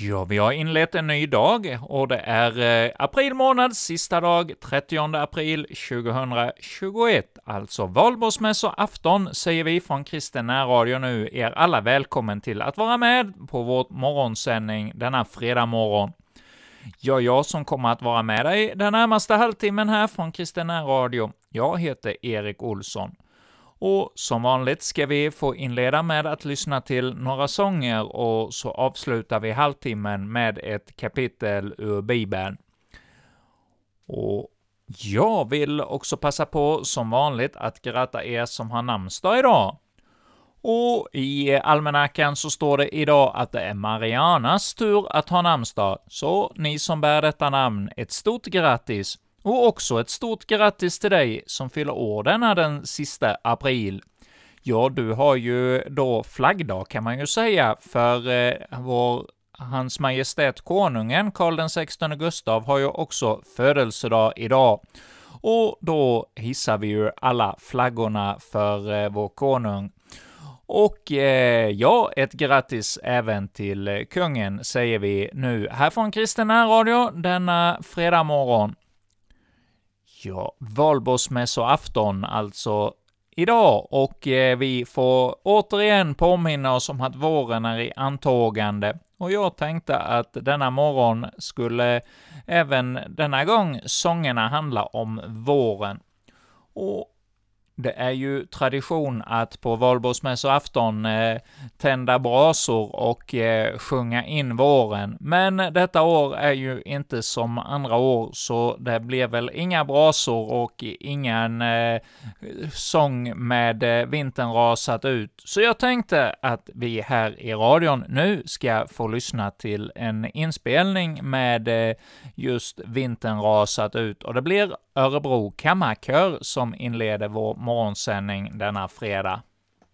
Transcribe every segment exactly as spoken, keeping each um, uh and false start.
Ja, vi har inlett en ny dag och det är eh, april månads sista dag, trettionde april tjugohundratjugoett. Alltså valborgsmässoafton säger vi från Kristen närradio nu er alla välkommen till att vara med på vår morgonsändning denna fredag morgon. Ja, jag som kommer att vara med dig den närmaste halvtimmen här från Kristen närradio. Jag heter Erik Olsson. Och som vanligt ska vi få inleda med att lyssna till några sånger och så avslutar vi halvtimmen med ett kapitel ur Bibeln. Och jag vill också passa på som vanligt att gratta er som har namnsdag idag. Och i almanackan så står det idag att det är Marianas tur att ha namnsdag, så ni som bär detta namn, ett stort grattis! Och också ett stort grattis till dig som fyller år denna den sista april. Ja, du har ju då flaggdag kan man ju säga, för eh, vår Hans Majestät Konungen Karl den sextonde Gustav har ju också födelsedag idag. Och då hissar vi ju alla flaggorna för eh, vår konung. Och eh, ja, ett grattis även till eh, kungen säger vi nu här från Kristen närradio denna fredag morgon. Ja, valborgsmässoafton alltså idag, och eh, vi får återigen påminna oss om att våren är i antågande. Och jag tänkte att denna morgon skulle även denna gång sångerna handla om våren. Och det är ju tradition att på valborgsmässoafton eh, tända brasor och eh, sjunga in våren. Men detta år är ju inte som andra år, så det blir väl inga brasor och ingen eh, sång med eh, vintern rasat ut. Så jag tänkte att vi här i radion nu ska få lyssna till en inspelning med eh, just vintern rasat ut. Och det blir Örebro kammarkör som inleder vår morgonsändning denna fredag.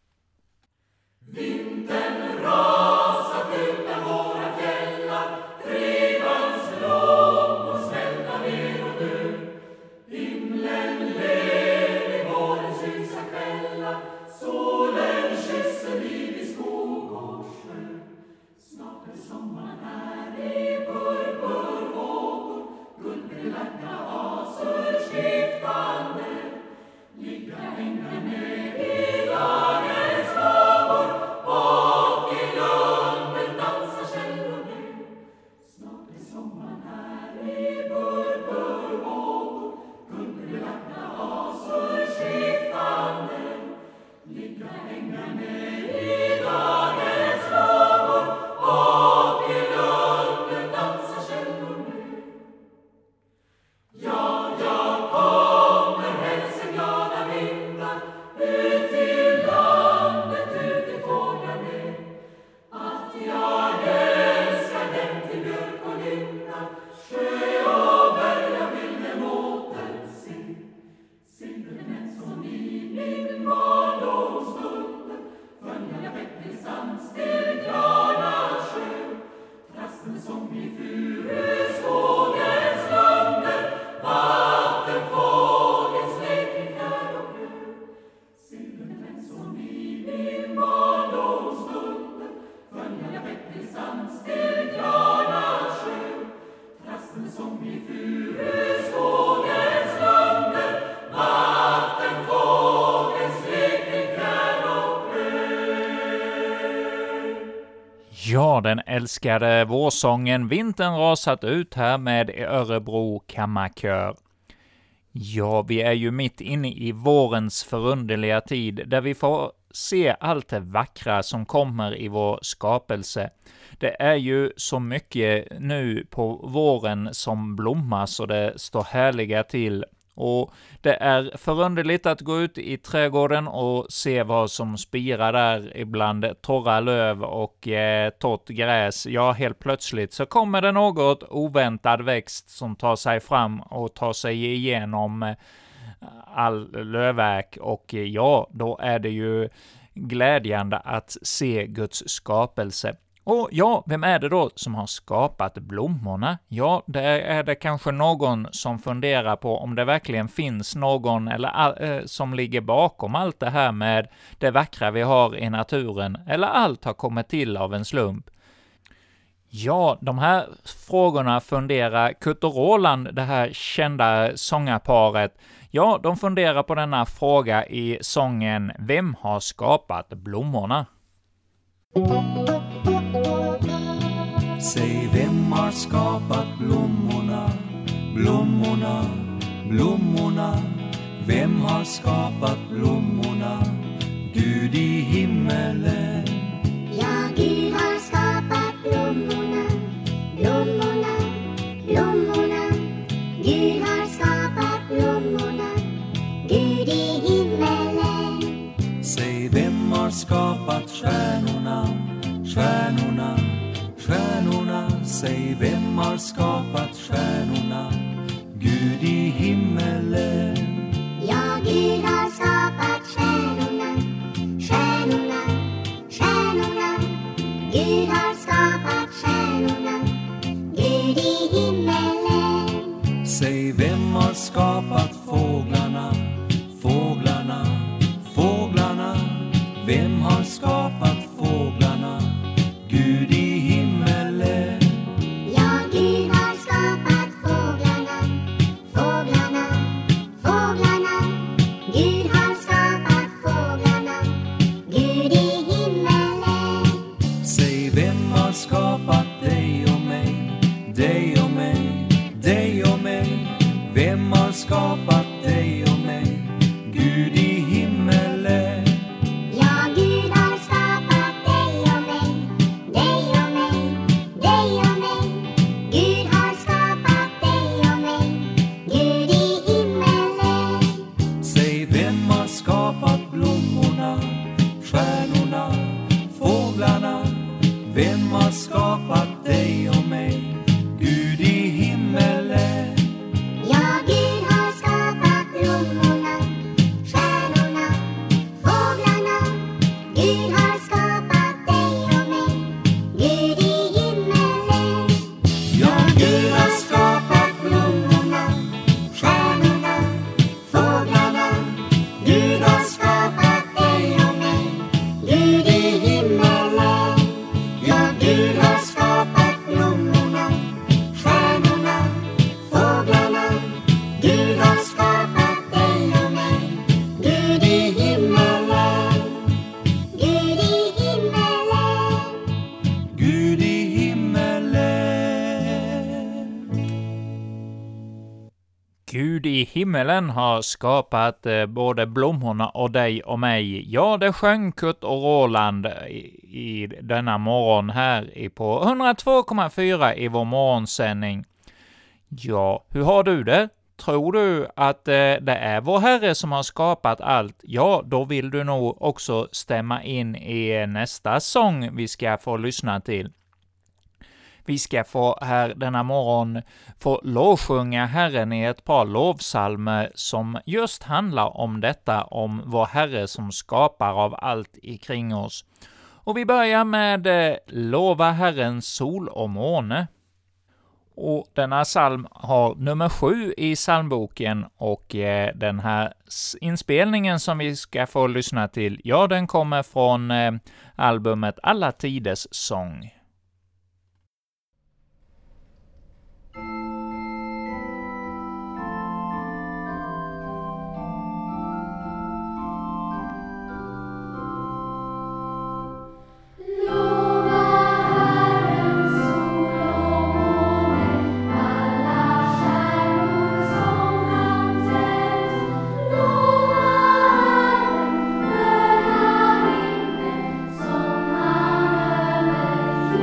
Vintern rasat ut med våra fjällar, drevans lågor smälta ner och dö. Himlen ler i vårens ljusa kvällar, solen kysser liv i skog och sjö. Snart är sommaren här i purpurvågor, guldbelagda asur skiftande, ligga hänga ner i dagens lågor, och i lunden dansar källor nu. Snart är sommaren här i purpurvågor, guldbelagda asur skiftande, ligga hänga ner i dagens lågor, och i lunden dansar källor nu. Ja, jag kommer hälsa glada vindar ut till landet, ut till fåglar med. Att jag älskar dem till björk och linda, sjö och berg jag vill dem återse. Silvermän som i min barndomsstund följer jag bäckesans till glada sjö. Trasten som i furuskogens lunder, vattenfågelns lek i fjärd och brö. Silvermän som i min barndomsstund följer jag bäckesans till glada sjö. Trasten som i furuskogens lunder, vattenfågelns lek i fjärd och brö. Ja, den älskade vårsången Vintern rasat ut här med Örebro kammarkör. Ja, vi är ju mitt inne i vårens förunderliga tid, där vi får se allt det vackra som kommer i vår skapelse. Det är ju så mycket nu på våren som blommar så det står härliga till. Och det är förunderligt att gå ut i trädgården och se vad som spirar där ibland torra löv och eh, torrt gräs. Ja, helt plötsligt så kommer det något oväntad växt som tar sig fram och tar sig igenom eh, all lövverk. Och eh, ja, då är det ju glädjande att se Guds skapelse. Och ja, vem är det då som har skapat blommorna? Ja, det är det kanske någon som funderar på om det verkligen finns någon eller all, eh, som ligger bakom allt det här med det vackra vi har i naturen, eller allt har kommit till av en slump. Ja, de här frågorna funderar Kurt och Roland, det här kända sångarparet. Ja, de funderar på denna fråga i sången Vem har skapat blommorna? Säg, vem har skapat blommorna, blommorna, blommorna? Vem har skapat blommorna? Gud i himmelen. Ja, Gud har skapat blommorna, blommorna, blommorna. Gud har skapat blommorna, Gud i himmelen. Säg, vem har skapat stjärnorna, stjärnorna, stjärnorna? Säg, vem har skapat stjärnorna? Gud i himmelen. Ja, Gud har skapat stjärnorna, stjärnorna, stjärnorna. Gud har skapat stjärnorna, Gud i himmelen. Säg, vem har skapat fåglarna, fåglarna, fåglarna? Vem har skapat fåglarna? Gud i himmelen. Ja, Gud har skapat fåglarna, fåglarna, fåglarna. Gud har skapat fåglarna, Gud i himmelen. Säg, vem har skapat dig och mig, dig och mig, dig och mig? Vem har skapat dig och mig? Gud i himmelen. Ja, Gud har skapat dig och mig, dig och mig, dig och mig. Gud har skapat dig och mig, Gud i himmelen. Säg, vem har skapat blommorna, stjärnorna, fåglarna? Vem har skapat dig och mig? Gud i himmelen. Ja, Gud har skapat blommorna, stjärnorna, fåglarna. Gud har skapat dig och mig, Gud i himmelen. Ja, Gud har skapat blommorna, stjärnorna, fåglarna. Gud har skapat dig och mig, Gud i himmelen. Ja, Gud har skapat blommorna, stjärnorna, fåglarna. Gud har skapat dig och mig, Gud i himmelen. Gud i himmelen. Gud i himmelen. Gud i himmelen har skapat eh, både blommorna och dig och mig. Ja, det sjöng Kurt och Roland i, i denna morgon här i på hundratvå komma fyra i vår morgonsändning. Ja, hur har du det? Tror du att eh, det är vår Herre som har skapat allt? Ja, då vill du nog också stämma in i nästa sång vi ska få lyssna till. Vi ska få här denna morgon få lovsjunga Herren i ett par lovsalmer som just handlar om detta, om vår Herre som skapar av allt ikring oss. Och vi börjar med eh, Lova Herren sol och måne. Och denna psalm har nummer sju i psalmboken, och eh, den här inspelningen som vi ska få lyssna till, ja, den kommer från eh, albumet Alla tiders sång. Lova Herren, som han över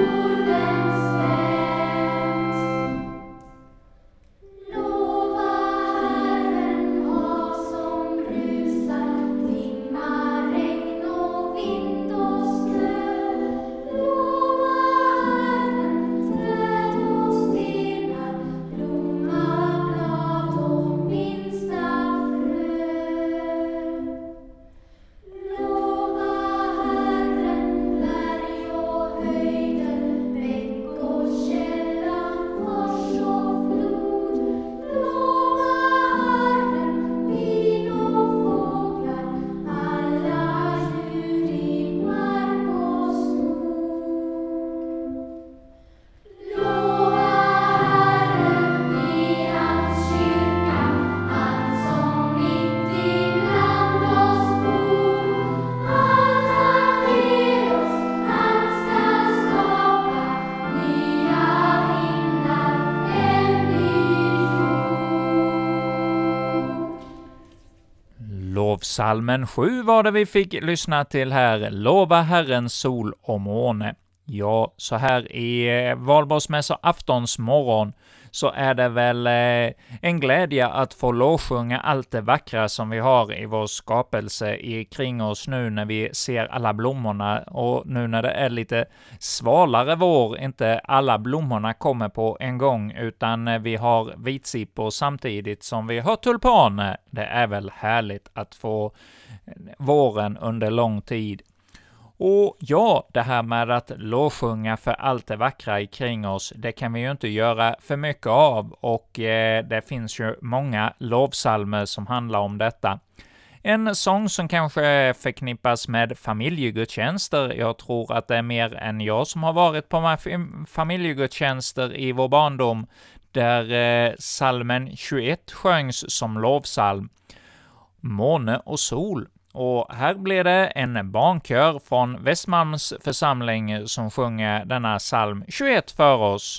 Psalmen sju var det vi fick lyssna till här, Lova Herren sol och måne. Ja, så här i valborgsmässoaftons morgon så är det väl eh, en glädje att få lovsjunga allt det vackra som vi har i vår skapelse i kring oss nu när vi ser alla blommorna, och nu när det är lite svalare vår, inte alla blommorna kommer på en gång, utan vi har vitsippor samtidigt som vi har tulpaner. Det är väl härligt att få våren under lång tid. Och ja, det här med att lovsjunga för allt det vackra i kring oss, det kan vi ju inte göra för mycket av, och eh, det finns ju många lovsalmer som handlar om detta. En sång som kanske förknippas med familjegudstjänster, jag tror att det är mer än jag som har varit på familjegudstjänster i vår barndom, där eh, salmen tjugoett sjöngs som lovsalm, Måne och sol. Och här blir det en barnkör från Västmalms församling som sjunger denna psalm tjugoett för oss.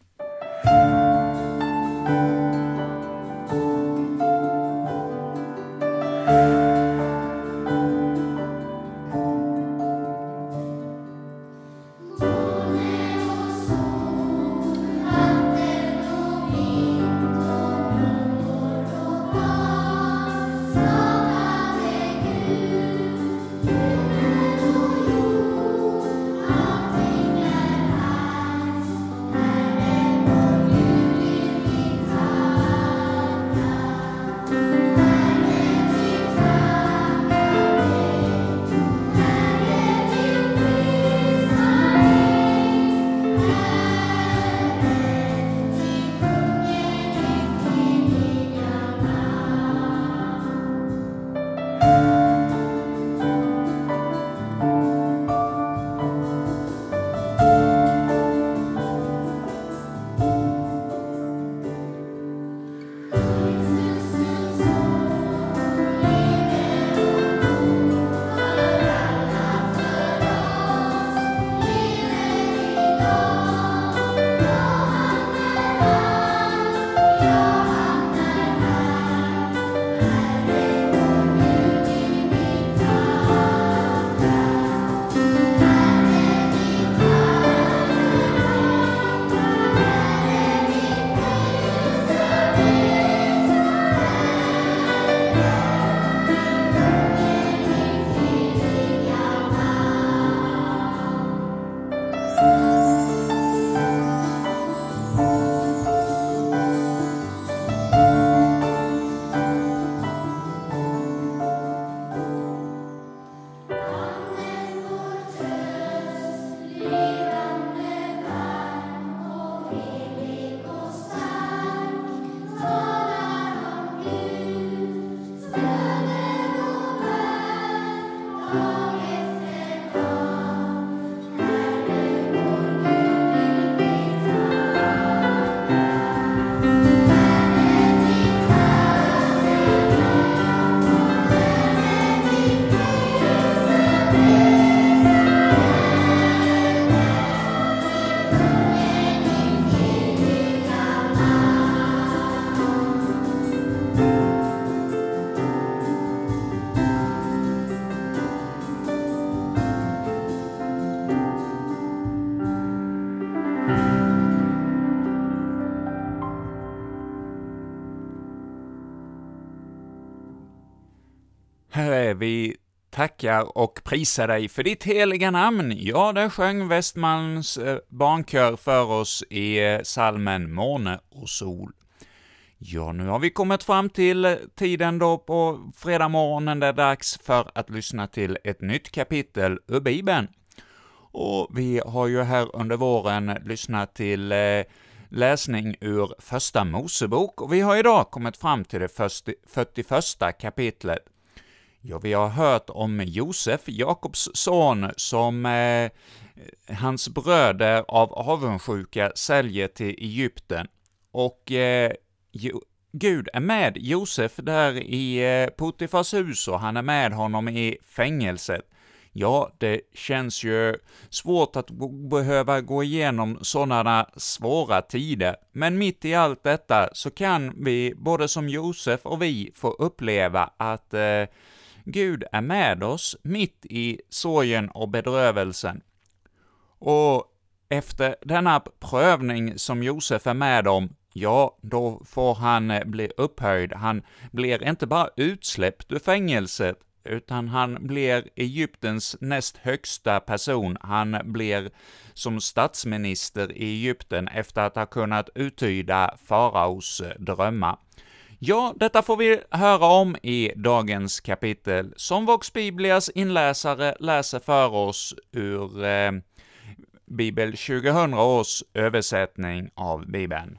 Herre, vi tackar och prisar dig för ditt heliga namn. Ja, där sjöng Västmalms eh, barnkör för oss i eh, salmen Måne och sol. Ja, nu har vi kommit fram till tiden då på fredag morgonen det är dags för att lyssna till ett nytt kapitel ur Bibeln. Och vi har ju här under våren lyssnat till eh, läsning ur första Mosebok, och vi har idag kommit fram till det fyrtioförsta kapitlet. Ja, vi har hört om Josef, Jakobs son, som eh, hans bröder av avundsjuka säljer till Egypten. Och eh, jo, Gud är med Josef där i eh, Potifars hus, och han är med honom i fängelset. Ja, det känns ju svårt att b- behöva gå igenom sådana svåra tider. Men mitt i allt detta så kan vi, både som Josef och vi, få uppleva att eh, Gud är med oss mitt i sorgen och bedrövelsen. Och efter denna prövning som Josef är med om, ja, då får han bli upphöjd. Han blir inte bara utsläppt ur fängelset, utan han blir Egyptens näst högsta person. Han blir som statsminister i Egypten efter att ha kunnat uttyda faraos drömmar. Ja, detta får vi höra om i dagens kapitel, som Vox Biblias inläsare läser för oss ur eh, Bibel tjugohundra års översättning av Bibeln.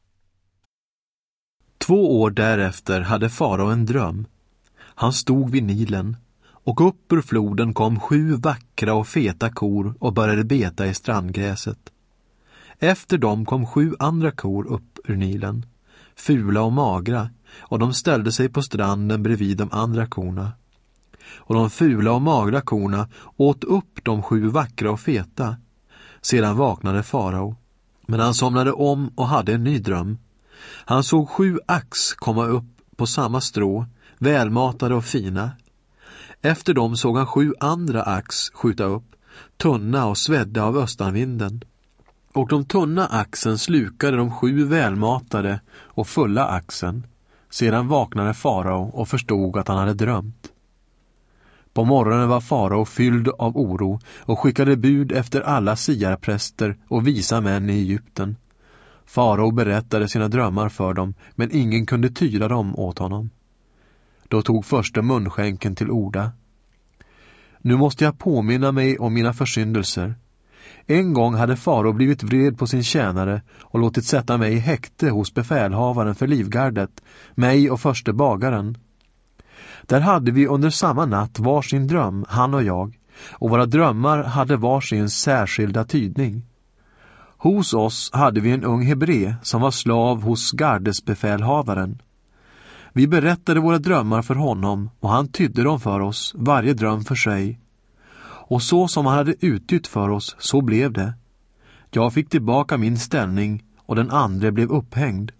Två år därefter hade farao en dröm. Han stod vid Nilen, och upp ur floden kom sju vackra och feta kor och började beta i strandgräset. Efter dem kom sju andra kor upp ur Nilen, fula och magra, och de ställde sig på stranden bredvid de andra korna. Och de fula och magra korna åt upp de sju vackra och feta. Sedan vaknade farao, men han somnade om och hade en ny dröm. Han såg sju ax komma upp på samma strå, välmatade och fina. Efter dem såg han sju andra ax skjuta upp, tunna och svedda av östanvinden. Och de tunna axen slukade de sju välmatade och fulla axen. Sedan vaknade farao och förstod att han hade drömt. På morgonen var farao fylld av oro och skickade bud efter alla siarpräster och visa män i Egypten. Farao berättade sina drömmar för dem, men ingen kunde tyda dem åt honom. Då tog första munskänken till orda. Nu måste jag påminna mig om mina försyndelser. En gång hade farao blivit vred på sin tjänare och låtit sätta mig i häkte hos befälhavaren för livgardet, mig och förste bagaren. Där hade vi under samma natt varsin dröm, han och jag, och våra drömmar hade varsin särskilda tydning. Hos oss hade vi en ung hebré som var slav hos gardesbefälhavaren. Vi berättade våra drömmar för honom och han tydde dem för oss, varje dröm för sig. Och så som han hade uttytt för oss, så blev det. Jag fick tillbaka min ställning och den andra blev upphängd.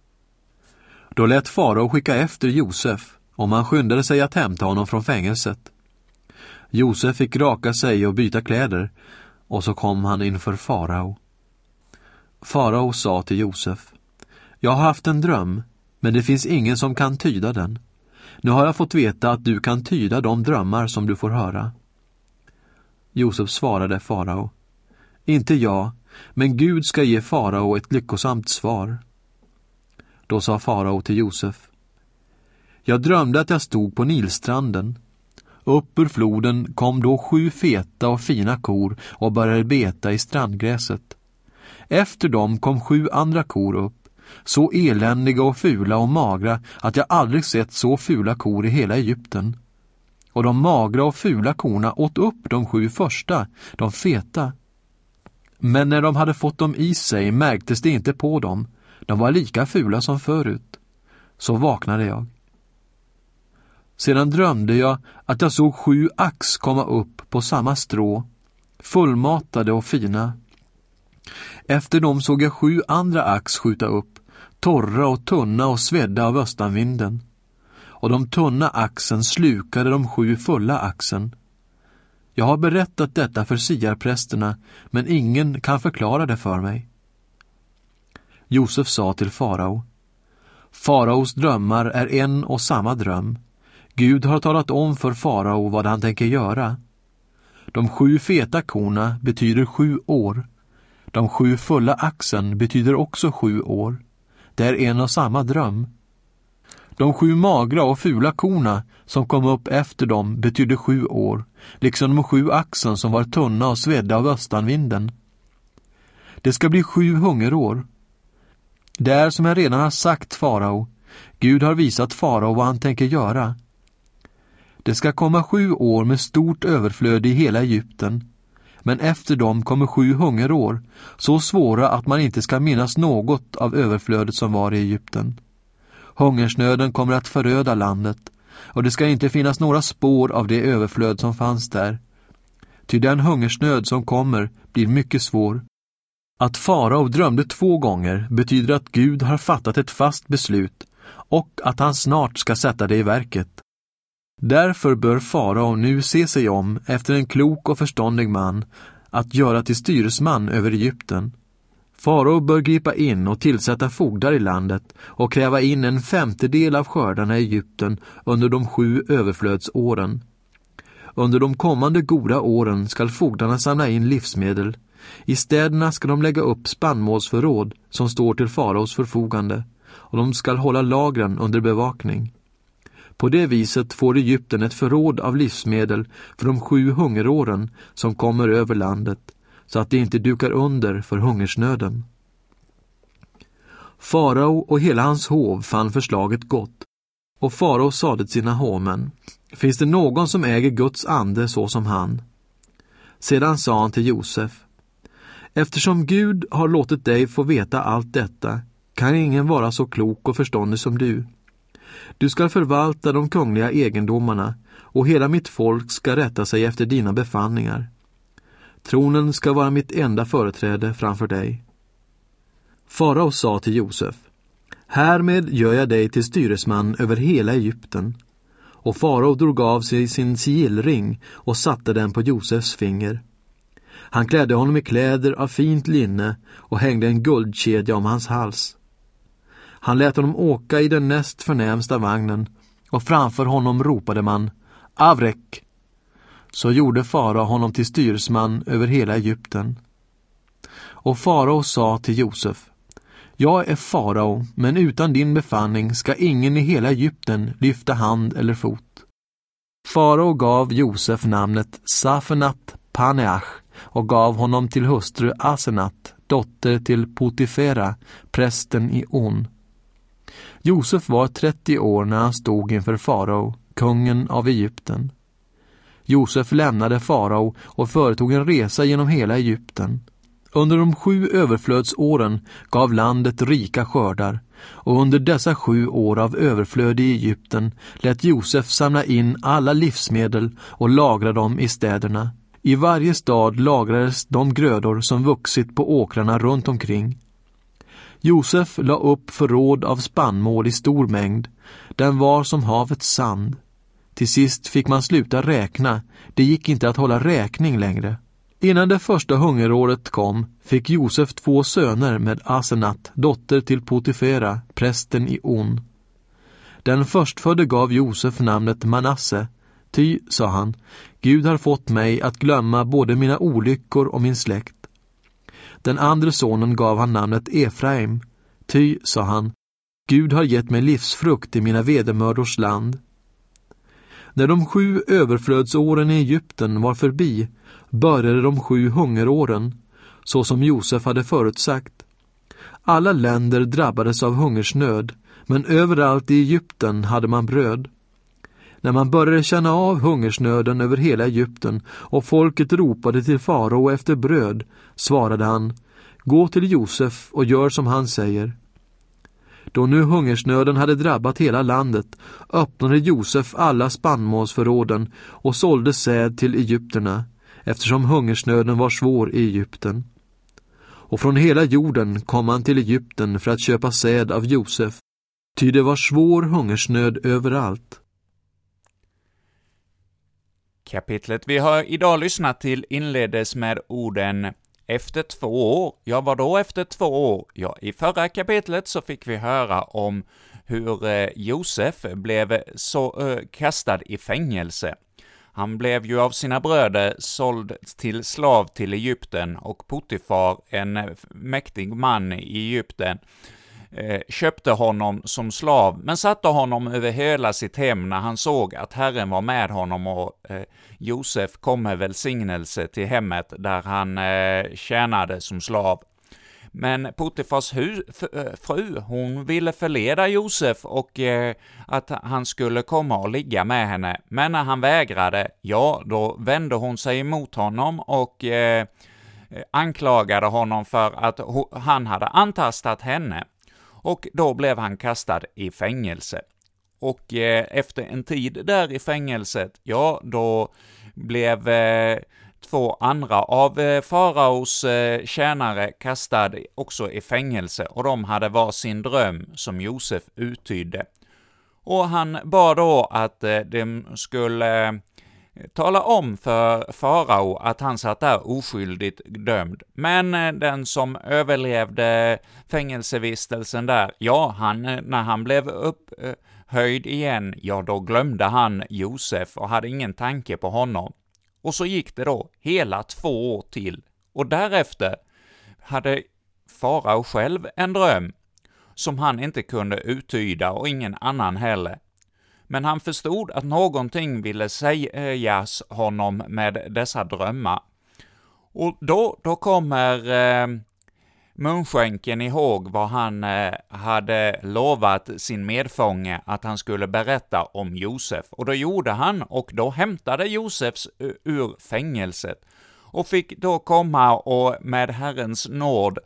Då lät farao skicka efter Josef, och man skyndade sig att hämta honom från fängelset. Josef fick raka sig och byta kläder, och så kom han inför farao. Farao sa till Josef: Jag har haft en dröm, men det finns ingen som kan tyda den. Nu har jag fått veta att du kan tyda de drömmar som du får höra. Josef svarade farao: Inte jag, men Gud ska ge farao ett lyckosamt svar. Då sa farao till Josef: Jag drömde att jag stod på Nilstranden. Upp ur floden kom då sju feta och fina kor och började beta i strandgräset. Efter dem kom sju andra kor upp, så eländiga och fula och magra att jag aldrig sett så fula kor i hela Egypten. Och de magra och fula korna åt upp de sju första, de feta. Men när de hade fått dem i sig märktes det inte på dem. De var lika fula som förut. Så vaknade jag. Sedan drömde jag att jag såg sju ax komma upp på samma strå, fullmatade och fina. Efter dem såg jag sju andra ax skjuta upp, torra och tunna och svedda av östanvinden. Och de tunna axen slukade de sju fulla axen. Jag har berättat detta för siarprästerna, men ingen kan förklara det för mig. Josef sa till farao: Faraos drömmar är en och samma dröm. Gud har talat om för farao vad han tänker göra. De sju feta korna betyder sju år. De sju fulla axen betyder också sju år. Det är en och samma dröm. De sju magra och fula korna som kom upp efter dem betydde sju år, liksom de sju axen som var tunna och svedda av östanvinden. Det ska bli sju hungerår. Det är som jag redan har sagt farao. Gud har visat farao vad han tänker göra. Det ska komma sju år med stort överflöd i hela Egypten. Men efter dem kommer sju hungerår, så svåra att man inte ska minnas något av överflödet som var i Egypten. Hungersnöden kommer att föröda landet, och det ska inte finnas några spår av det överflöd som fanns där. Ty den hungersnöd som kommer blir mycket svår. Att farao drömde två gånger betyder att Gud har fattat ett fast beslut och att han snart ska sätta det i verket. Därför bör farao nu se sig om efter en klok och förståndig man att göra till styresman över Egypten. Farao bör gripa in och tillsätta fogdar i landet och kräva in en femtedel av skördarna i Egypten under de sju överflödsåren. Under de kommande goda åren skall fogdarna samla in livsmedel. I städerna ska de lägga upp spannmålsförråd som står till faraos förfogande, och de skall hålla lagren under bevakning. På det viset får Egypten ett förråd av livsmedel för de sju hungeråren som kommer över landet, så att det inte dukar under för hungersnöden. Farao och hela hans hov fann förslaget gott, och farao sade till sina hovmän: finns det någon som äger Guds ande så som han? Sedan sa han till Josef: eftersom Gud har låtit dig få veta allt detta, kan ingen vara så klok och förståndig som du. Du ska förvalta de kungliga egendomarna, och hela mitt folk ska rätta sig efter dina befallningar. Tronen ska vara mitt enda företräde framför dig. Farao sa till Josef: härmed gör jag dig till styresman över hela Egypten. Och farao drog av sig sin sigillring och satte den på Josefs finger. Han klädde honom i kläder av fint linne och hängde en guldkedja om hans hals. Han lät honom åka i den näst förnämsta vagnen, och framför honom ropade man: Avrek! Så gjorde farao honom till styrsman över hela Egypten. Och farao sa till Josef: jag är farao, men utan din befallning ska ingen i hela Egypten lyfta hand eller fot. Farao gav Josef namnet Safenat Paneach och gav honom till hustru Asenat, dotter till Potifera, prästen i On. Josef var trettio år när han stod inför farao, kungen av Egypten. Josef lämnade farao och företog en resa genom hela Egypten. Under de sju överflödsåren gav landet rika skördar, och under dessa sju år av överflöd i Egypten lät Josef samla in alla livsmedel och lagra dem i städerna. I varje stad lagrades de grödor som vuxit på åkrarna runt omkring. Josef la upp förråd av spannmål i stor mängd. Den var som havets sand. Till sist fick man sluta räkna. Det gick inte att hålla räkning längre. Innan det första hungeråret kom fick Josef två söner med Asenat, dotter till Potifera, prästen i On. Den förstfödde gav Josef namnet Manasse. Ty, sa han, Gud har fått mig att glömma både mina olyckor och min släkt. Den andra sonen gav han namnet Efraim. Ty, sa han, Gud har gett mig livsfrukt i mina vedermördors land. När de sju överflödsåren i Egypten var förbi började de sju hungeråren, så som Josef hade förutsagt. Alla länder drabbades av hungersnöd, men överallt i Egypten hade man bröd. När man började känna av hungersnöden över hela Egypten och folket ropade till farao efter bröd, svarade han: gå till Josef och gör som han säger. Då nu hungersnöden hade drabbat hela landet öppnade Josef alla spannmålsförråden och sålde säd till egypterna, eftersom hungersnöden var svår i Egypten. Och från hela jorden kom han till Egypten för att köpa säd av Josef, ty det var svår hungersnöd överallt. Kapitlet vi har idag lyssnat till inleddes med orden efter två år. Ja, vad då efter två år? Ja, i förra kapitlet så fick vi höra om hur eh, Josef blev så eh, kastad i fängelse. Han blev ju av sina bröder såld till slav till Egypten, och Potifar, en mäktig man i Egypten, eh, köpte honom som slav, men satte honom över hela sitt hem när han såg att Herren var med honom, och eh, Josef kom med välsignelse till hemmet där han eh, tjänade som slav. Men Potifars hu- f- fru, hon ville förleda Josef och eh, att han skulle komma och ligga med henne. Men när han vägrade, ja, då vände hon sig emot honom och eh, anklagade honom för att ho- han hade antastat henne. Och då blev han kastad i fängelse. Och eh, efter en tid där i fängelset, ja, då blev eh, två andra av eh, faraos eh, tjänare kastade också i fängelse, och de hade var sin dröm som Josef uttydde. och han bad då att eh, de skulle eh, tala om för farao att han satt där oskyldigt dömd. Men eh, den som överlevde fängelsevistelsen där, ja, han, när han blev upphöjd igen, ja, då glömde han Josef och hade ingen tanke på honom. Och så gick det då hela två år till, och därefter hade farao själv en dröm som han inte kunde uttyda och ingen annan heller. Men han förstod att någonting ville sägas honom med dessa drömmar. Och då, då kommer eh, munskänken ihåg vad han eh, hade lovat sin medfånge att han skulle berätta om Josef. Och då gjorde han, och då hämtade Josefs ur fängelset och fick då komma, och med Herrens nåd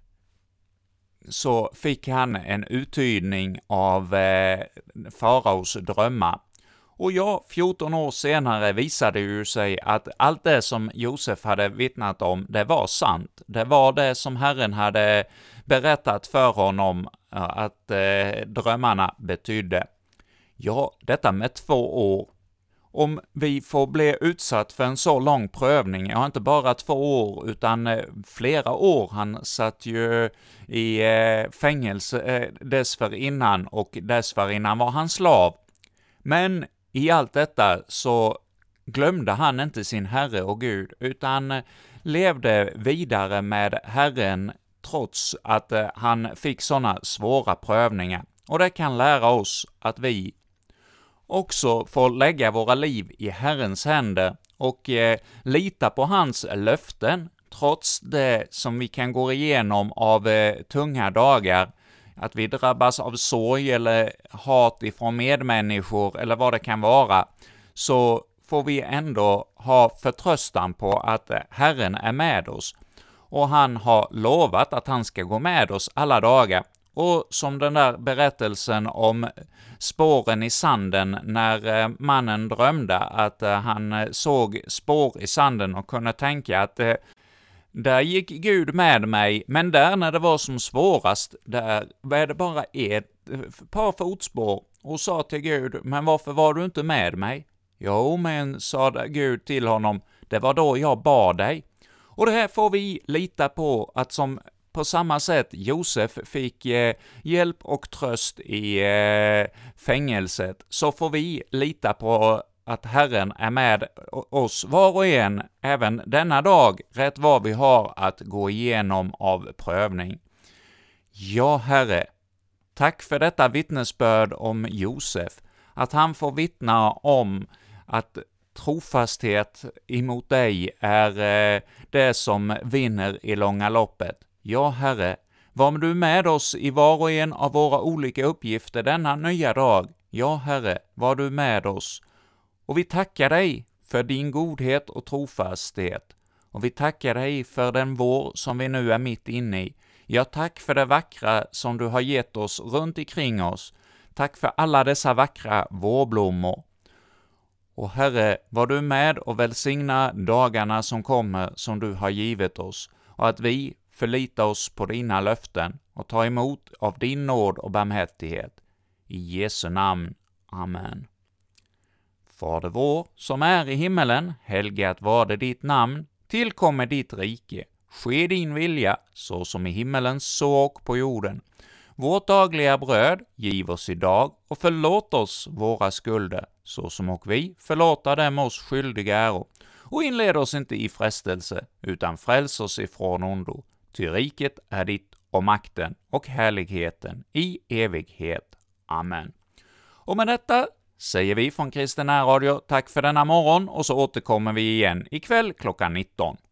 så fick han en uttydning av eh, faraos drömmar. Och ja, fjorton år senare visade det ju sig att allt det som Josef hade vittnat om, det var sant. Det var det som Herren hade berättat för honom att eh, drömmarna betydde. Ja, detta med två år. Om vi får bli utsatt för en så lång prövning, ja, inte bara två år utan eh, flera år. Han satt ju i eh, fängelse eh, dessförinnan, och dessförinnan var han slav. Men i allt detta så glömde han inte sin Herre och Gud, utan levde vidare med Herren trots att eh, han fick sådana svåra prövningar. Och det kan lära oss att vi också får lägga våra liv i Herrens händer och eh, lita på hans löften, trots det som vi kan gå igenom av eh, tunga dagar, att vi drabbas av sorg eller hat ifrån medmänniskor eller vad det kan vara, så får vi ändå ha förtröstan på att eh, Herren är med oss, och han har lovat att han ska gå med oss alla dagar. Och som den där berättelsen om spåren i sanden, när mannen drömde att han såg spår i sanden och kunde tänka att där gick Gud med mig, men där när det var som svårast, där var det bara ett par fotspår, och sa till Gud, men varför var du inte med mig? Jo, men sa Gud till honom, det var då jag bad dig. Och det här får vi lita på, att som på samma sätt Josef fick eh, hjälp och tröst i eh, fängelset, så får vi lita på att Herren är med oss var och en, även denna dag, rätt vad vi har att gå igenom av prövning. Ja, Herre, tack för detta vittnesbörd om Josef, att han får vittna om att trofasthet emot dig är eh, det som vinner i långa loppet. Ja, Herre, var du med oss i var och en av våra olika uppgifter denna nya dag. Ja, Herre, var du med oss. Och vi tackar dig för din godhet och trofasthet. Och vi tackar dig för den vår som vi nu är mitt inne i. Ja, tack för det vackra som du har gett oss runt omkring oss. Tack för alla dessa vackra vårblommor. Och Herre, var du med och välsigna dagarna som kommer som du har givit oss, och att vi förlita oss på dina löften och ta emot av din nåd och barmhärtighet. I Jesu namn. Amen. Fader vår, som är i himmelen, helgat varde ditt namn, tillkommer ditt rike. Ske din vilja, så som i himmelen så och på jorden. Vårt dagliga bröd giv oss idag, och förlåt oss våra skulder, så som och vi förlåta dem oss skyldiga äro. Och inled oss inte i frestelse, utan fräls oss ifrån ondo. Ty riket är ditt, och makten och härligheten i evighet. Amen. Och med detta säger vi från Kristen Närradio tack för denna morgon, och så återkommer vi igen ikväll klockan nitton.